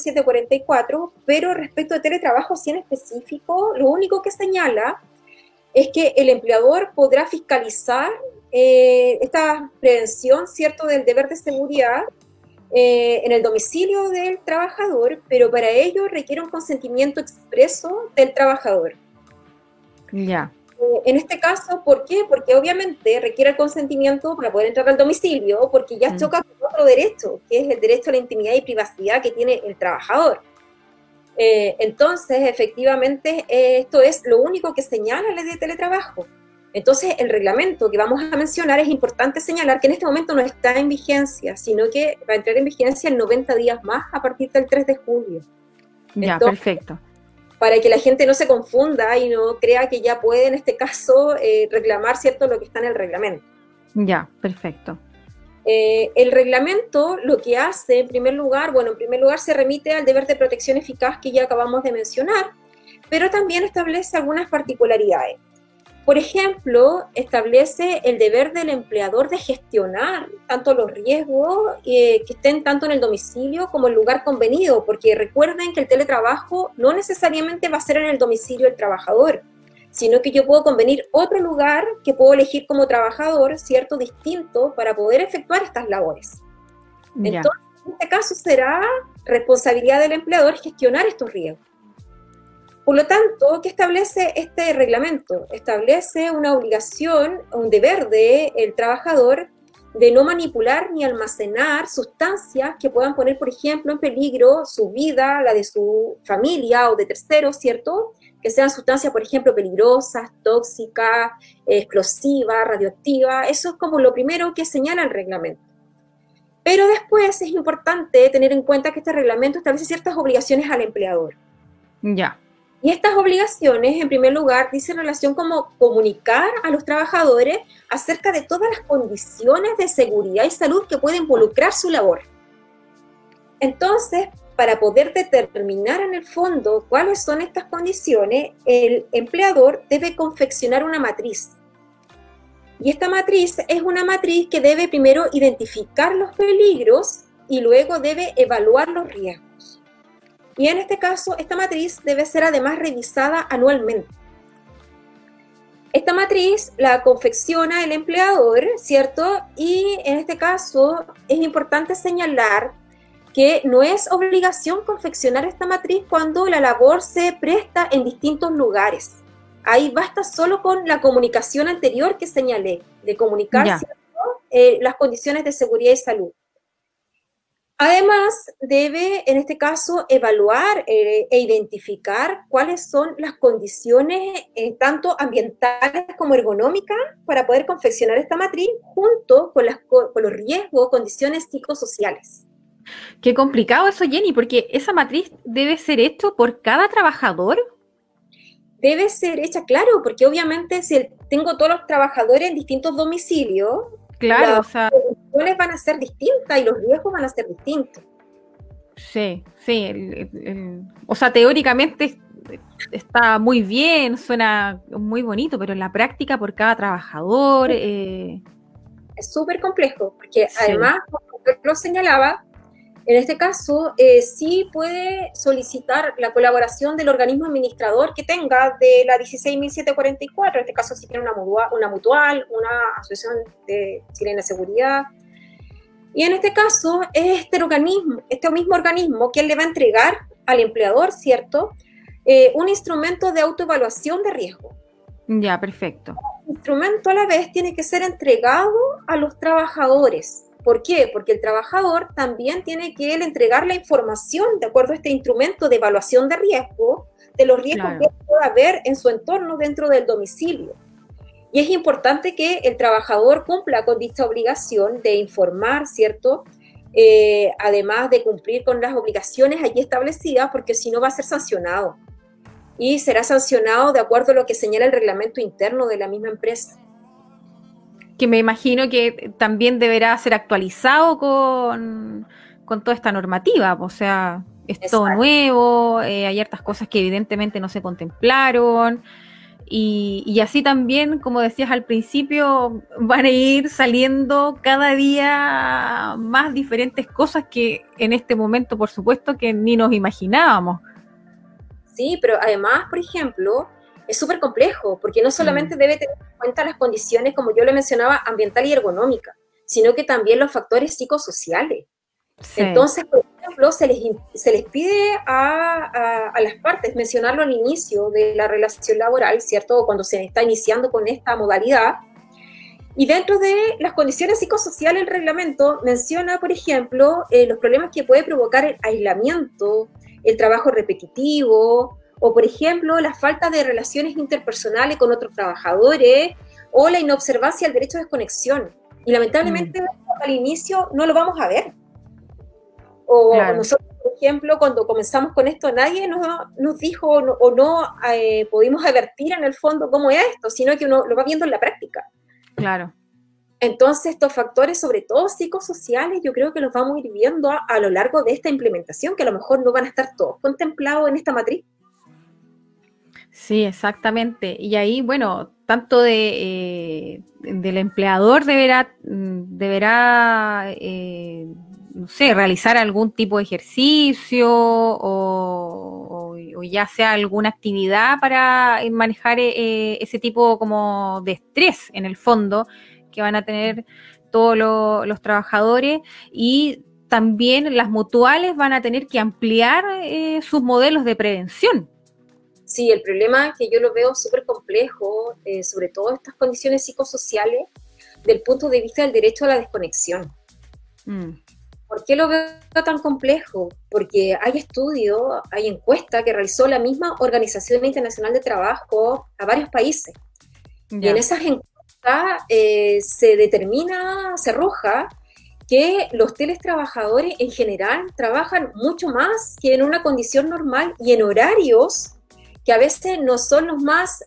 16.744, pero respecto de teletrabajo, sí en específico, lo único que señala es que el empleador podrá fiscalizar esta prevención, ¿cierto?, del deber de seguridad en el domicilio del trabajador, pero para ello requiere un consentimiento expreso del trabajador. Ya. En este caso, ¿por qué? Porque obviamente requiere el consentimiento para poder entrar al domicilio, porque ya choca con otro derecho, que es el derecho a la intimidad y privacidad que tiene el trabajador. Entonces, efectivamente, esto es lo único que señala la ley de teletrabajo. Entonces, el reglamento que vamos a mencionar, es importante señalar que en este momento no está en vigencia, sino que va a entrar en vigencia en 90 días más a partir del 3 de julio. Ya, entonces, perfecto. Para que la gente no se confunda y no crea que ya puede, en este caso, reclamar, ¿cierto?, lo que está en el reglamento. Ya, perfecto. El reglamento lo que hace, en primer lugar, se remite al deber de protección eficaz que ya acabamos de mencionar, pero también establece algunas particularidades. Por ejemplo, establece el deber del empleador de gestionar tanto los riesgos que estén tanto en el domicilio como en el lugar convenido, porque recuerden que el teletrabajo no necesariamente va a ser en el domicilio del trabajador, sino que yo puedo convenir otro lugar que puedo elegir como trabajador, ¿cierto?, distinto, para poder efectuar estas labores. Ya. Entonces, en este caso será responsabilidad del empleador gestionar estos riesgos. Por lo tanto, ¿qué establece este reglamento? Establece una obligación, un deber del trabajador de no manipular ni almacenar sustancias que puedan poner, por ejemplo, en peligro su vida, la de su familia o de terceros, ¿cierto?, que sean sustancias, por ejemplo, peligrosas, tóxicas, explosivas, radioactivas. Eso es como lo primero que señala el reglamento. Pero después es importante tener en cuenta que este reglamento establece ciertas obligaciones al empleador. Ya. Y estas obligaciones, en primer lugar, dicen relación como comunicar a los trabajadores acerca de todas las condiciones de seguridad y salud que pueden involucrar su labor. Entonces, para poder determinar en el fondo cuáles son estas condiciones, el empleador debe confeccionar una matriz. Y esta matriz es una matriz que debe primero identificar los peligros y luego debe evaluar los riesgos. Y en este caso, esta matriz debe ser además revisada anualmente. Esta matriz la confecciona el empleador, ¿cierto? Y en este caso es importante señalar que no es obligación confeccionar esta matriz cuando la labor se presta en distintos lugares. Ahí basta solo con la comunicación anterior que señalé, de comunicar, ¿cierto?, las condiciones de seguridad y salud. Además, debe, en este caso, evaluar e identificar cuáles son las condiciones, tanto ambientales como ergonómicas, para poder confeccionar esta matriz, junto con los riesgos, condiciones psicosociales. Qué complicado eso, Jenny, porque esa matriz debe ser hecha por cada trabajador. Debe ser hecha, claro, porque obviamente si tengo todos los trabajadores en distintos domicilios, claro, las condiciones van a ser distintas y los riesgos van a ser distintos. Sí. O sea, teóricamente está muy bien, suena muy bonito, pero en la práctica por cada trabajador... Es súper complejo, porque además, como lo señalaba, en este caso sí puede solicitar la colaboración del organismo administrador que tenga de la 16.744, en este caso si tiene una mutual, una asociación de chilena de seguridad. Y en este caso es este mismo organismo quien le va a entregar al empleador, ¿cierto?, un instrumento de autoevaluación de riesgo. Ya, perfecto. El instrumento a la vez tiene que ser entregado a los trabajadores. ¿Por qué? Porque el trabajador también tiene que entregar la información de acuerdo a este instrumento de evaluación de riesgo, de los riesgos que pueda haber en su entorno dentro del domicilio. Y es importante que el trabajador cumpla con dicha obligación de informar, ¿cierto?, además de cumplir con las obligaciones allí establecidas, porque si no va a ser sancionado. Y será sancionado de acuerdo a lo que señala el reglamento interno de la misma empresa. Que me imagino que también deberá ser actualizado con toda esta normativa, o sea, es todo nuevo, hay hartas cosas que evidentemente no se contemplaron, y así también, como decías al principio, van a ir saliendo cada día más diferentes cosas que en este momento, por supuesto, que ni nos imaginábamos. Sí, pero además, por ejemplo, es súper complejo, porque no solamente debe tener en cuenta las condiciones, como yo le mencionaba, ambiental y ergonómica, sino que también los factores psicosociales. Sí. Entonces, por ejemplo, se les pide a las partes mencionarlo al inicio de la relación laboral, ¿cierto? O cuando se está iniciando con esta modalidad. Y dentro de las condiciones psicosociales, el reglamento menciona, por ejemplo, los problemas que puede provocar el aislamiento, el trabajo repetitivo, o, por ejemplo, la falta de relaciones interpersonales con otros trabajadores, o la inobservancia del derecho de desconexión. Y lamentablemente, al inicio no lo vamos a ver. O claro. Nosotros, por ejemplo, cuando comenzamos con esto, nadie nos dijo o no pudimos advertir en el fondo cómo era esto, sino que uno lo va viendo en la práctica. Claro. Entonces, estos factores, sobre todo psicosociales, yo creo que los vamos a ir viendo a lo largo de esta implementación, que a lo mejor no van a estar todos contemplados en esta matriz. Sí, exactamente. Y ahí, bueno, tanto del empleador deberá no sé, realizar algún tipo de ejercicio o ya sea alguna actividad para manejar ese tipo como de estrés en el fondo que van a tener todos los trabajadores, y también las mutuales van a tener que ampliar sus modelos de prevención. Sí, el problema es que yo lo veo súper complejo, sobre todo estas condiciones psicosociales, del punto de vista del derecho a la desconexión. ¿Por qué lo veo tan complejo? Porque hay estudios, hay encuestas que realizó la misma Organización Internacional de Trabajo a varios países. Y en esas encuestas se arroja que los teletrabajadores en general trabajan mucho más que en una condición normal y en horarios que a veces no son los más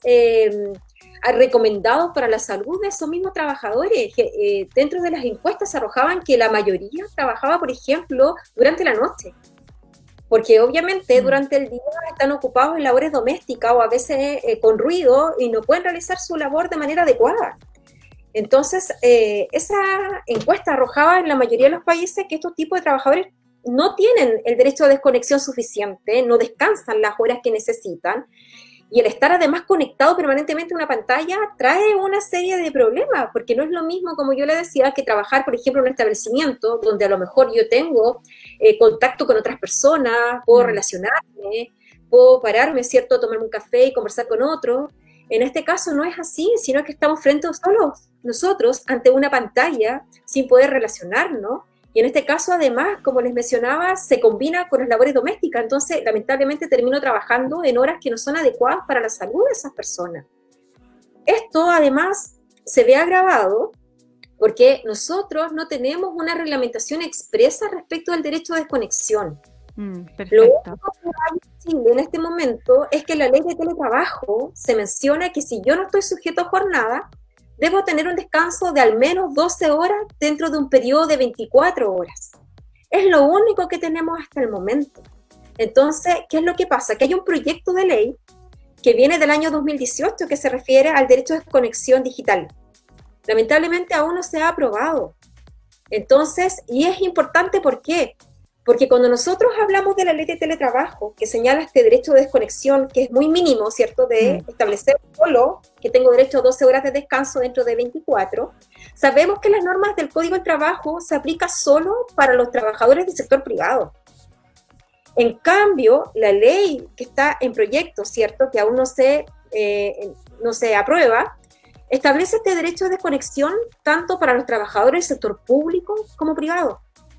recomendados para la salud de esos mismos trabajadores. Dentro de las encuestas se arrojaban que la mayoría trabajaba, por ejemplo, durante la noche, porque obviamente durante el día están ocupados en labores domésticas o a veces con ruido y no pueden realizar su labor de manera adecuada. Entonces, esa encuesta arrojaba en la mayoría de los países que estos tipos de trabajadores no tienen el derecho a desconexión suficiente, no descansan las horas que necesitan, y el estar además conectado permanentemente a una pantalla trae una serie de problemas, porque no es lo mismo, como yo le decía, que trabajar, por ejemplo, en un establecimiento donde a lo mejor yo tengo contacto con otras personas, puedo relacionarme, puedo pararme, ¿cierto?, tomarme un café y conversar con otros. En este caso no es así, sino que estamos frente a solos nosotros ante una pantalla sin poder relacionarnos. Y en este caso, además, como les mencionaba, se combina con las labores domésticas. Entonces, lamentablemente, termino trabajando en horas que no son adecuadas para la salud de esas personas. Esto, además, se ve agravado porque nosotros no tenemos una reglamentación expresa respecto al derecho de desconexión. Perfecto. Lo único que hay en Chile en este momento es que en la ley de teletrabajo se menciona que si yo no estoy sujeto a jornada, debo tener un descanso de al menos 12 horas dentro de un periodo de 24 horas. Es lo único que tenemos hasta el momento. Entonces, ¿qué es lo que pasa? Que hay un proyecto de ley que viene del año 2018 que se refiere al derecho de desconexión digital. Lamentablemente aún no se ha aprobado. Entonces, y es importante, ¿por qué? Porque cuando nosotros hablamos de la ley de teletrabajo, que señala este derecho de desconexión, que es muy mínimo, ¿cierto?, de establecer solo que tengo derecho a 12 horas de descanso dentro de 24, sabemos que las normas del Código del Trabajo se aplican solo para los trabajadores del sector privado. En cambio, la ley que está en proyecto, ¿cierto?, que aún no se aprueba, establece este derecho de desconexión tanto para los trabajadores del sector público como privado.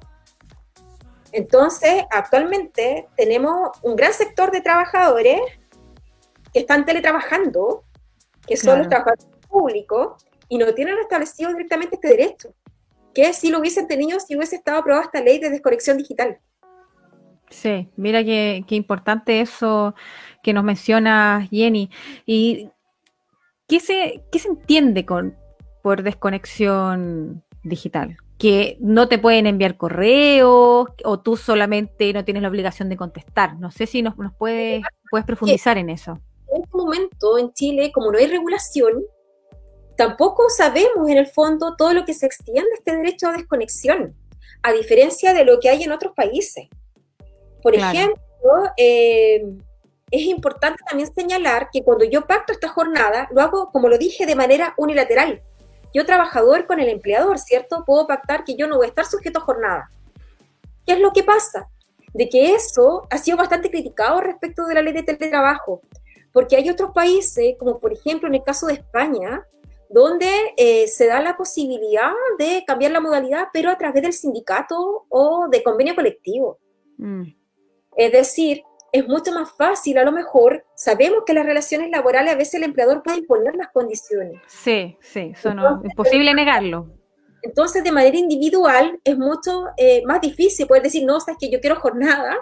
Entonces, actualmente tenemos un gran sector de trabajadores que están teletrabajando, que son los trabajadores públicos, y no tienen establecido directamente este derecho, que si lo hubiesen tenido, si hubiese estado aprobada esta ley de desconexión digital. Sí, mira qué importante eso que nos menciona Jenny. ¿Y qué se entiende por desconexión digital? ¿Que no te pueden enviar correos o tú solamente no tienes la obligación de contestar? No sé si nos puedes profundizar en eso. En este momento en Chile, como no hay regulación, tampoco sabemos en el fondo todo lo que se extiende este derecho a desconexión, a diferencia de lo que hay en otros países. Por ejemplo, es importante también señalar que cuando yo pacto esta jornada, lo hago, como lo dije, de manera unilateral. Yo, trabajador con el empleador, ¿cierto? Puedo pactar que yo no voy a estar sujeto a jornada. ¿Qué es lo que pasa? De que eso ha sido bastante criticado respecto de la ley de teletrabajo, porque hay otros países, como por ejemplo en el caso de España, donde se da la posibilidad de cambiar la modalidad, pero a través del sindicato o de convenio colectivo. Es decir, es mucho más fácil, a lo mejor, sabemos que las relaciones laborales a veces el empleador puede imponer las condiciones. Sí, eso no es posible negarlo. Entonces, de manera individual, es mucho más difícil poder decir, no, sabes que yo quiero jornada,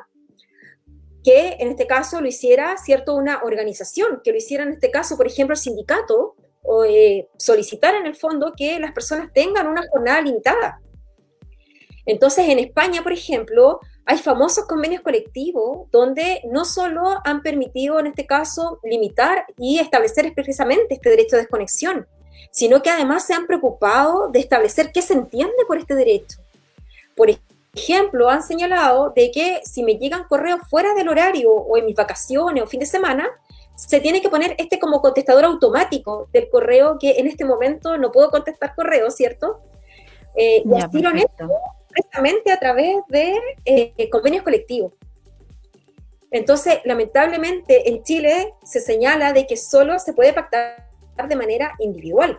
que en este caso lo hiciera, ¿cierto?, una organización, que lo hiciera en este caso, por ejemplo, el sindicato, o solicitar en el fondo que las personas tengan una jornada limitada. Entonces, en España, por ejemplo, hay famosos convenios colectivos donde no solo han permitido, en este caso, limitar y establecer expresamente este derecho de desconexión, sino que además se han preocupado de establecer qué se entiende por este derecho. Por ejemplo, han señalado de que si me llegan correos fuera del horario o en mis vacaciones o fin de semana, se tiene que poner como contestador automático del correo, que en este momento no puedo contestar correos, ¿cierto? Y así lo han hecho precisamente a través de convenios colectivos. Entonces, lamentablemente, en Chile se señala de que solo se puede pactar de manera individual.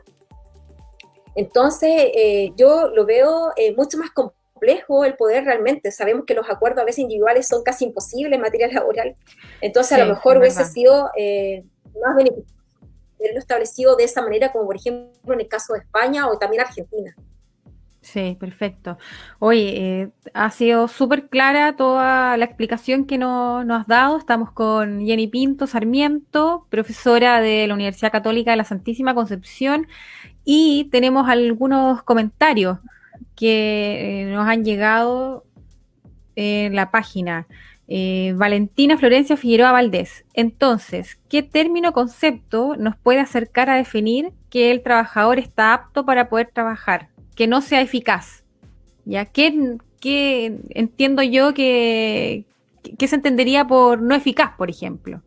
Entonces, yo lo veo mucho más complejo el poder realmente. Sabemos que los acuerdos a veces individuales son casi imposibles en materia laboral. Entonces, a lo mejor hubiese sido más beneficioso haberlo establecido de esa manera, como por ejemplo en el caso de España o también Argentina. Sí, perfecto. Oye, ha sido súper clara toda la explicación que nos has dado. Estamos con Jenny Pinto Sarmiento, profesora de la Universidad Católica de la Santísima Concepción, y tenemos algunos comentarios que nos han llegado en la página. Valentina Florencia Figueroa Valdés. Entonces, ¿qué término o concepto nos puede acercar a definir que el trabajador está apto para poder trabajar, que no sea eficaz? ¿Ya? ¿Qué entiendo yo que se entendería por no eficaz, por ejemplo?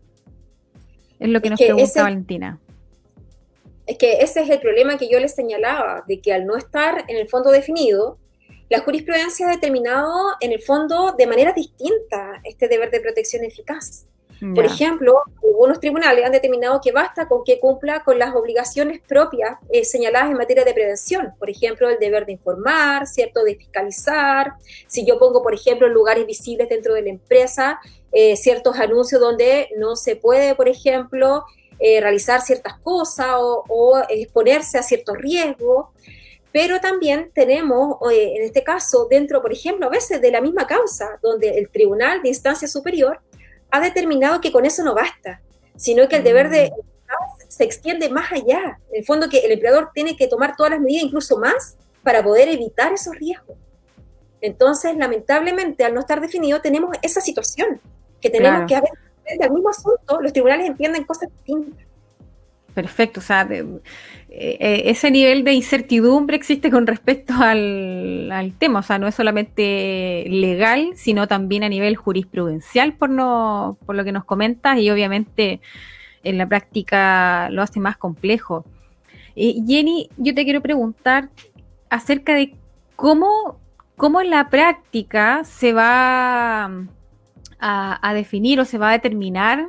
Es lo que nos pregunta Valentina. Es que ese es el problema que yo les señalaba, de que al no estar en el fondo definido, la jurisprudencia ha determinado en el fondo de manera distinta este deber de protección eficaz. Yeah. Por ejemplo, algunos tribunales han determinado que basta con que cumpla con las obligaciones propias señaladas en materia de prevención. Por ejemplo, el deber de informar, ¿cierto?, de fiscalizar. Si yo pongo, por ejemplo, en lugares visibles dentro de la empresa, ciertos anuncios donde no se puede, por ejemplo, realizar ciertas cosas o exponerse a ciertos riesgos. Pero también tenemos, en este caso, dentro, por ejemplo, a veces de la misma causa, donde el tribunal de instancia superior ha determinado que con eso no basta, sino que el deber de se extiende más allá. En el fondo, que el empleador tiene que tomar todas las medidas, incluso más, para poder evitar esos riesgos. Entonces, lamentablemente, al no estar definido, tenemos esa situación, que tenemos que, a veces, frente al mismo asunto, los tribunales entienden cosas distintas. Perfecto, o sea, ese nivel de incertidumbre existe con respecto al tema, o sea, no es solamente legal, sino también a nivel jurisprudencial por lo que nos comentas, y obviamente en la práctica lo hace más complejo. Jenny, yo te quiero preguntar acerca de cómo en la práctica se va a definir o se va a determinar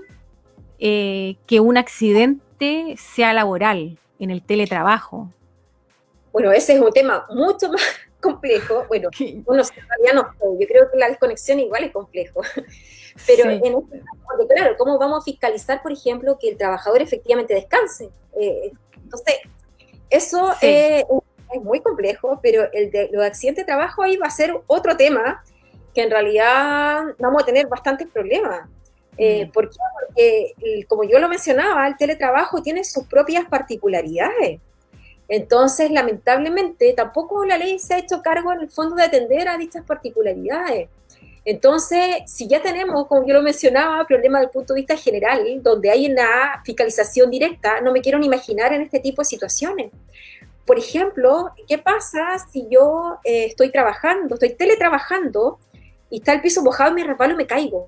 que un accidente sea laboral en el teletrabajo. Bueno, ese es un tema mucho más complejo. Bueno, todavía no sé, yo creo que la desconexión igual es complejo. Pero sí, en este caso, claro, ¿cómo vamos a fiscalizar, por ejemplo, que el trabajador efectivamente descanse? Entonces, eso sí, es muy complejo, pero el de los accidentes de trabajo ahí va a ser otro tema que en realidad vamos a tener bastantes problemas. ¿Por qué? Porque, como yo lo mencionaba, el teletrabajo tiene sus propias particularidades. Entonces, lamentablemente, tampoco la ley se ha hecho cargo en el fondo de atender a dichas particularidades. Entonces, si ya tenemos, como yo lo mencionaba, problemas desde el punto de vista general, donde hay una fiscalización directa, no me quiero ni imaginar en este tipo de situaciones. Por ejemplo, ¿qué pasa si yo estoy teletrabajando, y está el piso mojado y me resbalo y me caigo?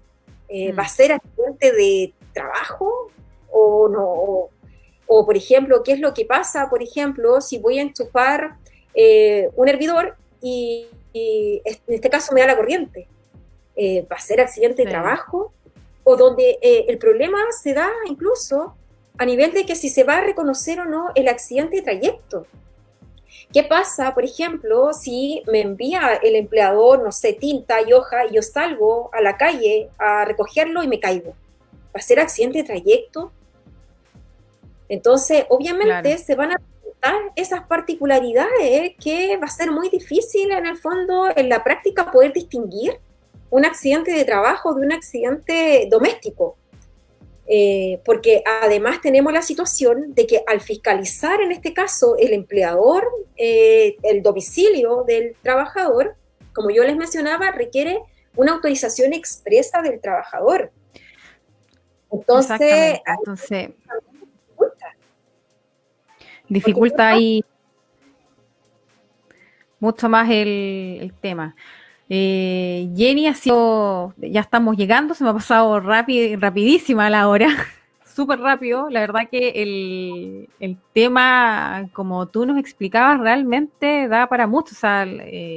¿Va a ser accidente de trabajo o no? O, por ejemplo, ¿qué es lo que pasa, por ejemplo, si voy a enchufar un hervidor y en este caso me da la corriente? ¿Va a ser accidente de trabajo? O donde el problema se da incluso a nivel de que si se va a reconocer o no el accidente de trayecto. ¿Qué pasa, por ejemplo, si me envía el empleador, no sé, tinta y hoja, y yo salgo a la calle a recogerlo y me caigo? ¿Va a ser accidente de trayecto? Entonces, obviamente, se van a presentar esas particularidades que va a ser muy difícil, en el fondo, en la práctica, poder distinguir un accidente de trabajo de un accidente doméstico. Porque además tenemos la situación de que al fiscalizar, en este caso, el empleador, el domicilio del trabajador, como yo les mencionaba, requiere una autorización expresa del trabajador. Entonces dificulta ahí mucho más el tema. Jenny, ya estamos llegando, se me ha pasado rapidísima la hora, súper rápido. La verdad que el tema, como tú nos explicabas, realmente da para mucho. O sea,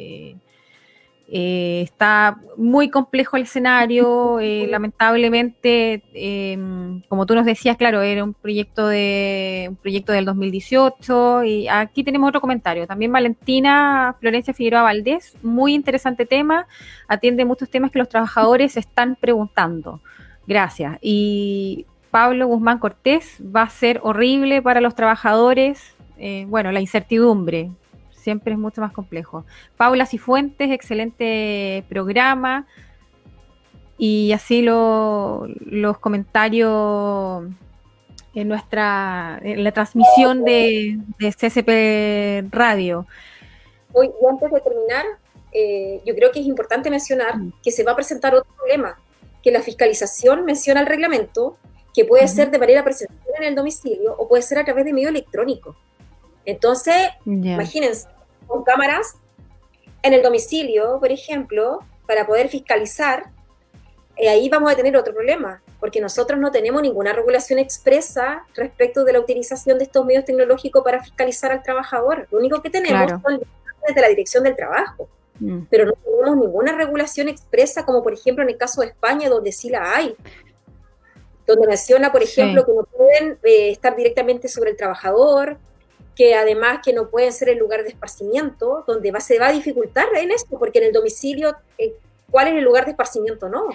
está muy complejo el escenario, lamentablemente, como tú nos decías, claro, era un proyecto del 2018, y aquí tenemos otro comentario, también Valentina Florencia Figueroa Valdés, muy interesante tema, atiende muchos temas que los trabajadores están preguntando, gracias. Y Pablo Guzmán Cortés, va a ser horrible para los trabajadores, la incertidumbre siempre es mucho más complejo. Paula Cifuentes, excelente programa. Y así los comentarios en la transmisión de CSP Radio. Hoy, y antes de terminar, yo creo que es importante mencionar que se va a presentar otro problema, que la fiscalización menciona el reglamento, que puede ser de manera presencial en el domicilio o puede ser a través de medio electrónico. Entonces, imagínense, con cámaras en el domicilio, por ejemplo, para poder fiscalizar, ahí vamos a tener otro problema, porque nosotros no tenemos ninguna regulación expresa respecto de la utilización de estos medios tecnológicos para fiscalizar al trabajador. Lo único que tenemos son desde la Dirección del Trabajo, pero no tenemos ninguna regulación expresa, como por ejemplo en el caso de España, donde sí la hay, donde menciona, por ejemplo, que no pueden estar directamente sobre el trabajador, que además que no pueden ser el lugar de esparcimiento, donde se va a dificultar en esto, porque en el domicilio, ¿cuál es el lugar de esparcimiento? No,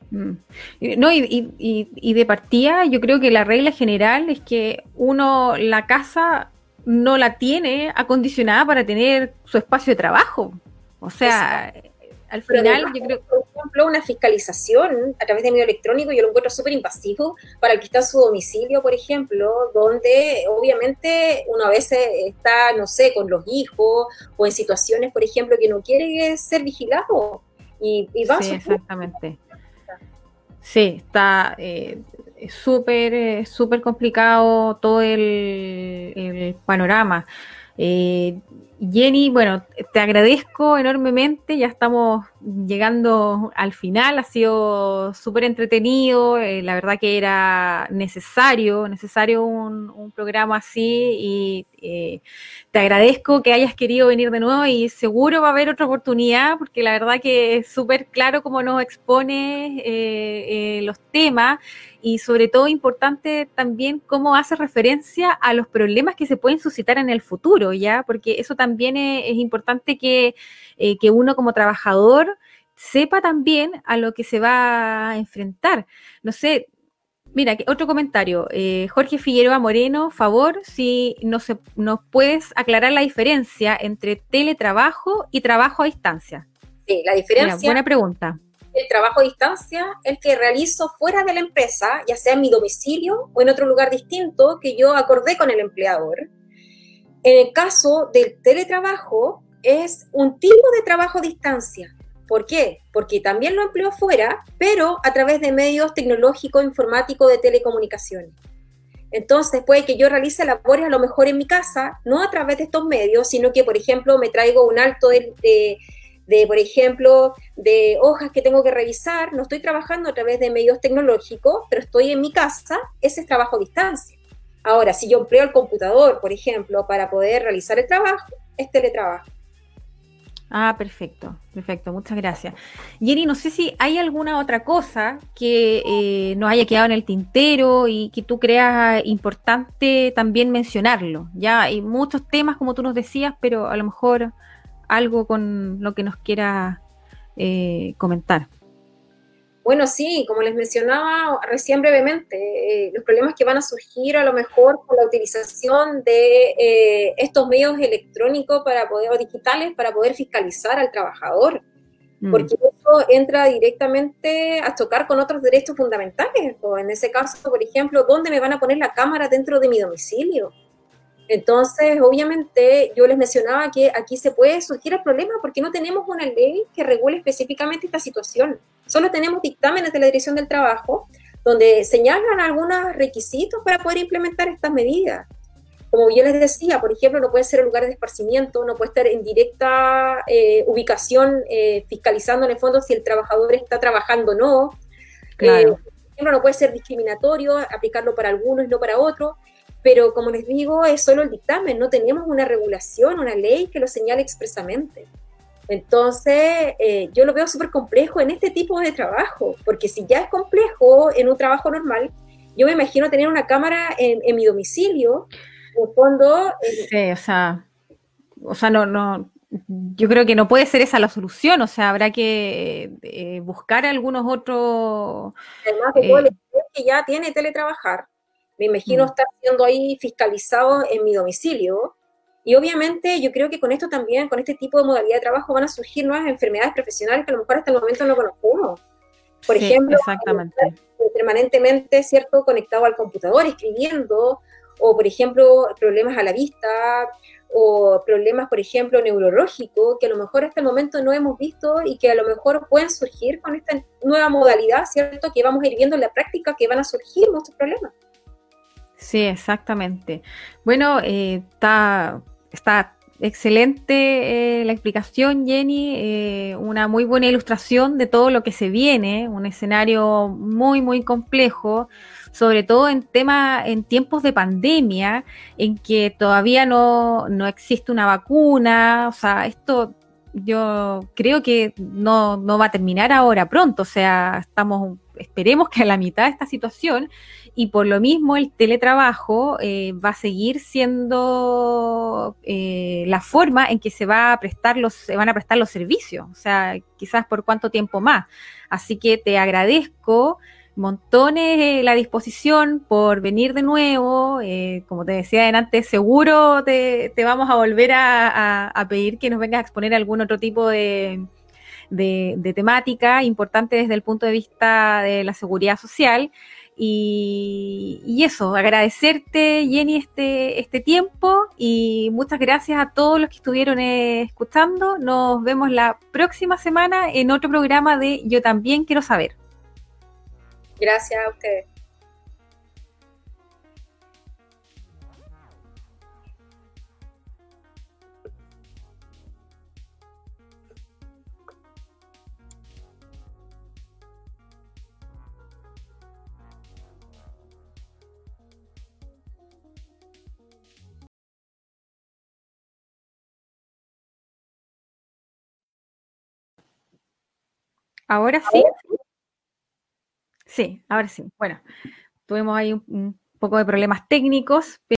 y de partida, yo creo que la regla general es que la casa no la tiene acondicionada para tener su espacio de trabajo. O sea, al final, además, yo creo... Por ejemplo, una fiscalización a través de medio electrónico, yo lo encuentro súper invasivo para el que está en su domicilio, por ejemplo, donde obviamente uno a veces está, no sé, con los hijos o en situaciones, por ejemplo, que no quiere ser vigilado y va sí, exactamente. Sí, está súper complicado todo el panorama. Jenny, bueno, te agradezco enormemente, ya estamos llegando al final, ha sido súper entretenido, la verdad que era necesario un programa así, y te agradezco que hayas querido venir de nuevo, y seguro va a haber otra oportunidad, porque la verdad que es súper claro cómo nos expone los temas, y sobre todo importante también cómo hace referencia a los problemas que se pueden suscitar en el futuro, ¿ya? Porque eso también es importante que uno como trabajador sepa también a lo que se va a enfrentar. No sé, mira, otro comentario. Jorge Figueroa Moreno, favor, si nos puedes aclarar la diferencia entre teletrabajo y trabajo a distancia. Sí, la diferencia... Mira, buena pregunta. El trabajo a distancia, el que realizo fuera de la empresa, ya sea en mi domicilio o en otro lugar distinto que yo acordé con el empleador. En el caso del teletrabajo, es un tipo de trabajo a distancia. ¿Por qué? Porque también lo empleo fuera, pero a través de medios tecnológicos, informáticos, de telecomunicaciones. Entonces, puede que yo realice labores a lo mejor en mi casa, no a través de estos medios, sino que, por ejemplo, me traigo un alto de de, por ejemplo, de hojas que tengo que revisar, no estoy trabajando a través de medios tecnológicos, pero estoy en mi casa, ese es trabajo a distancia. Ahora, si yo empleo el computador, por ejemplo, para poder realizar el trabajo, es teletrabajo. Ah, perfecto, perfecto, muchas gracias. Jenny, no sé si hay alguna otra cosa que nos haya quedado en el tintero y que tú creas importante también mencionarlo. Ya hay muchos temas, como tú nos decías, pero a lo mejor algo con lo que nos quieras comentar. Bueno, sí, como les mencionaba recién brevemente, los problemas que van a surgir a lo mejor con la utilización de estos medios electrónicos para poder, o digitales para poder fiscalizar al trabajador, Mm, porque eso entra directamente a chocar con otros derechos fundamentales. O en ese caso, por ejemplo, ¿dónde me van a poner la cámara dentro de mi domicilio? Entonces, obviamente, yo les mencionaba que aquí se puede surgir el problema porque no tenemos una ley que regule específicamente esta situación. Solo tenemos dictámenes de la Dirección del Trabajo donde señalan algunos requisitos para poder implementar estas medidas. Como yo les decía, por ejemplo, no puede ser en lugares de esparcimiento, no puede estar en directa ubicación fiscalizando en el fondo si el trabajador está trabajando o no. claro. Por ejemplo, no puede ser discriminatorio, aplicarlo para algunos y no para otros, pero como les digo, es solo el dictamen, no tenemos una regulación, una ley que lo señale expresamente. Entonces, yo lo veo súper complejo en este tipo de trabajo, porque si ya es complejo en un trabajo normal, yo me imagino tener una cámara en mi domicilio, en el fondo, Sí, o sea, no, no, yo creo que no puede ser esa la solución, o sea, habrá que buscar algunos otros. además de todo el eh, estrés que ya tiene teletrabajar, me imagino mm, estar siendo ahí fiscalizado en mi domicilio. Y obviamente yo creo que con esto también, con este tipo de modalidad de trabajo, van a surgir nuevas enfermedades profesionales que a lo mejor hasta el momento no conocemos. Por sí, ejemplo, exactamente. permanentemente, ¿cierto?, conectado al computador, escribiendo, o por ejemplo, problemas a la vista, o problemas, por ejemplo, neurológicos, que a lo mejor hasta el momento no hemos visto y que a lo mejor pueden surgir con esta nueva modalidad, ¿cierto?, que vamos a ir viendo en la práctica que van a surgir muchos problemas. Sí, exactamente. Bueno, está excelente la explicación, Jenny. Una muy buena ilustración de todo lo que se viene, un escenario muy, muy complejo, sobre todo en tiempos de pandemia, en que todavía no existe una vacuna. O sea, esto yo creo que no va a terminar ahora pronto. O sea, esperemos que a la mitad de esta situación y por lo mismo el teletrabajo va a seguir siendo la forma en que se van a prestar los servicios, o sea, quizás por cuánto tiempo más. Así que te agradezco montones la disposición por venir de nuevo. Como te decía antes, seguro te vamos a volver a pedir que nos vengas a exponer algún otro tipo de temática importante desde el punto de vista de la seguridad social. Y eso, agradecerte, Jenny, este tiempo y muchas gracias a todos los que estuvieron escuchando. Nos vemos la próxima semana en otro programa de Yo también quiero saber. Gracias a ustedes. ¿Ahora sí? Sí, ahora sí. Bueno, tuvimos ahí un poco de problemas técnicos.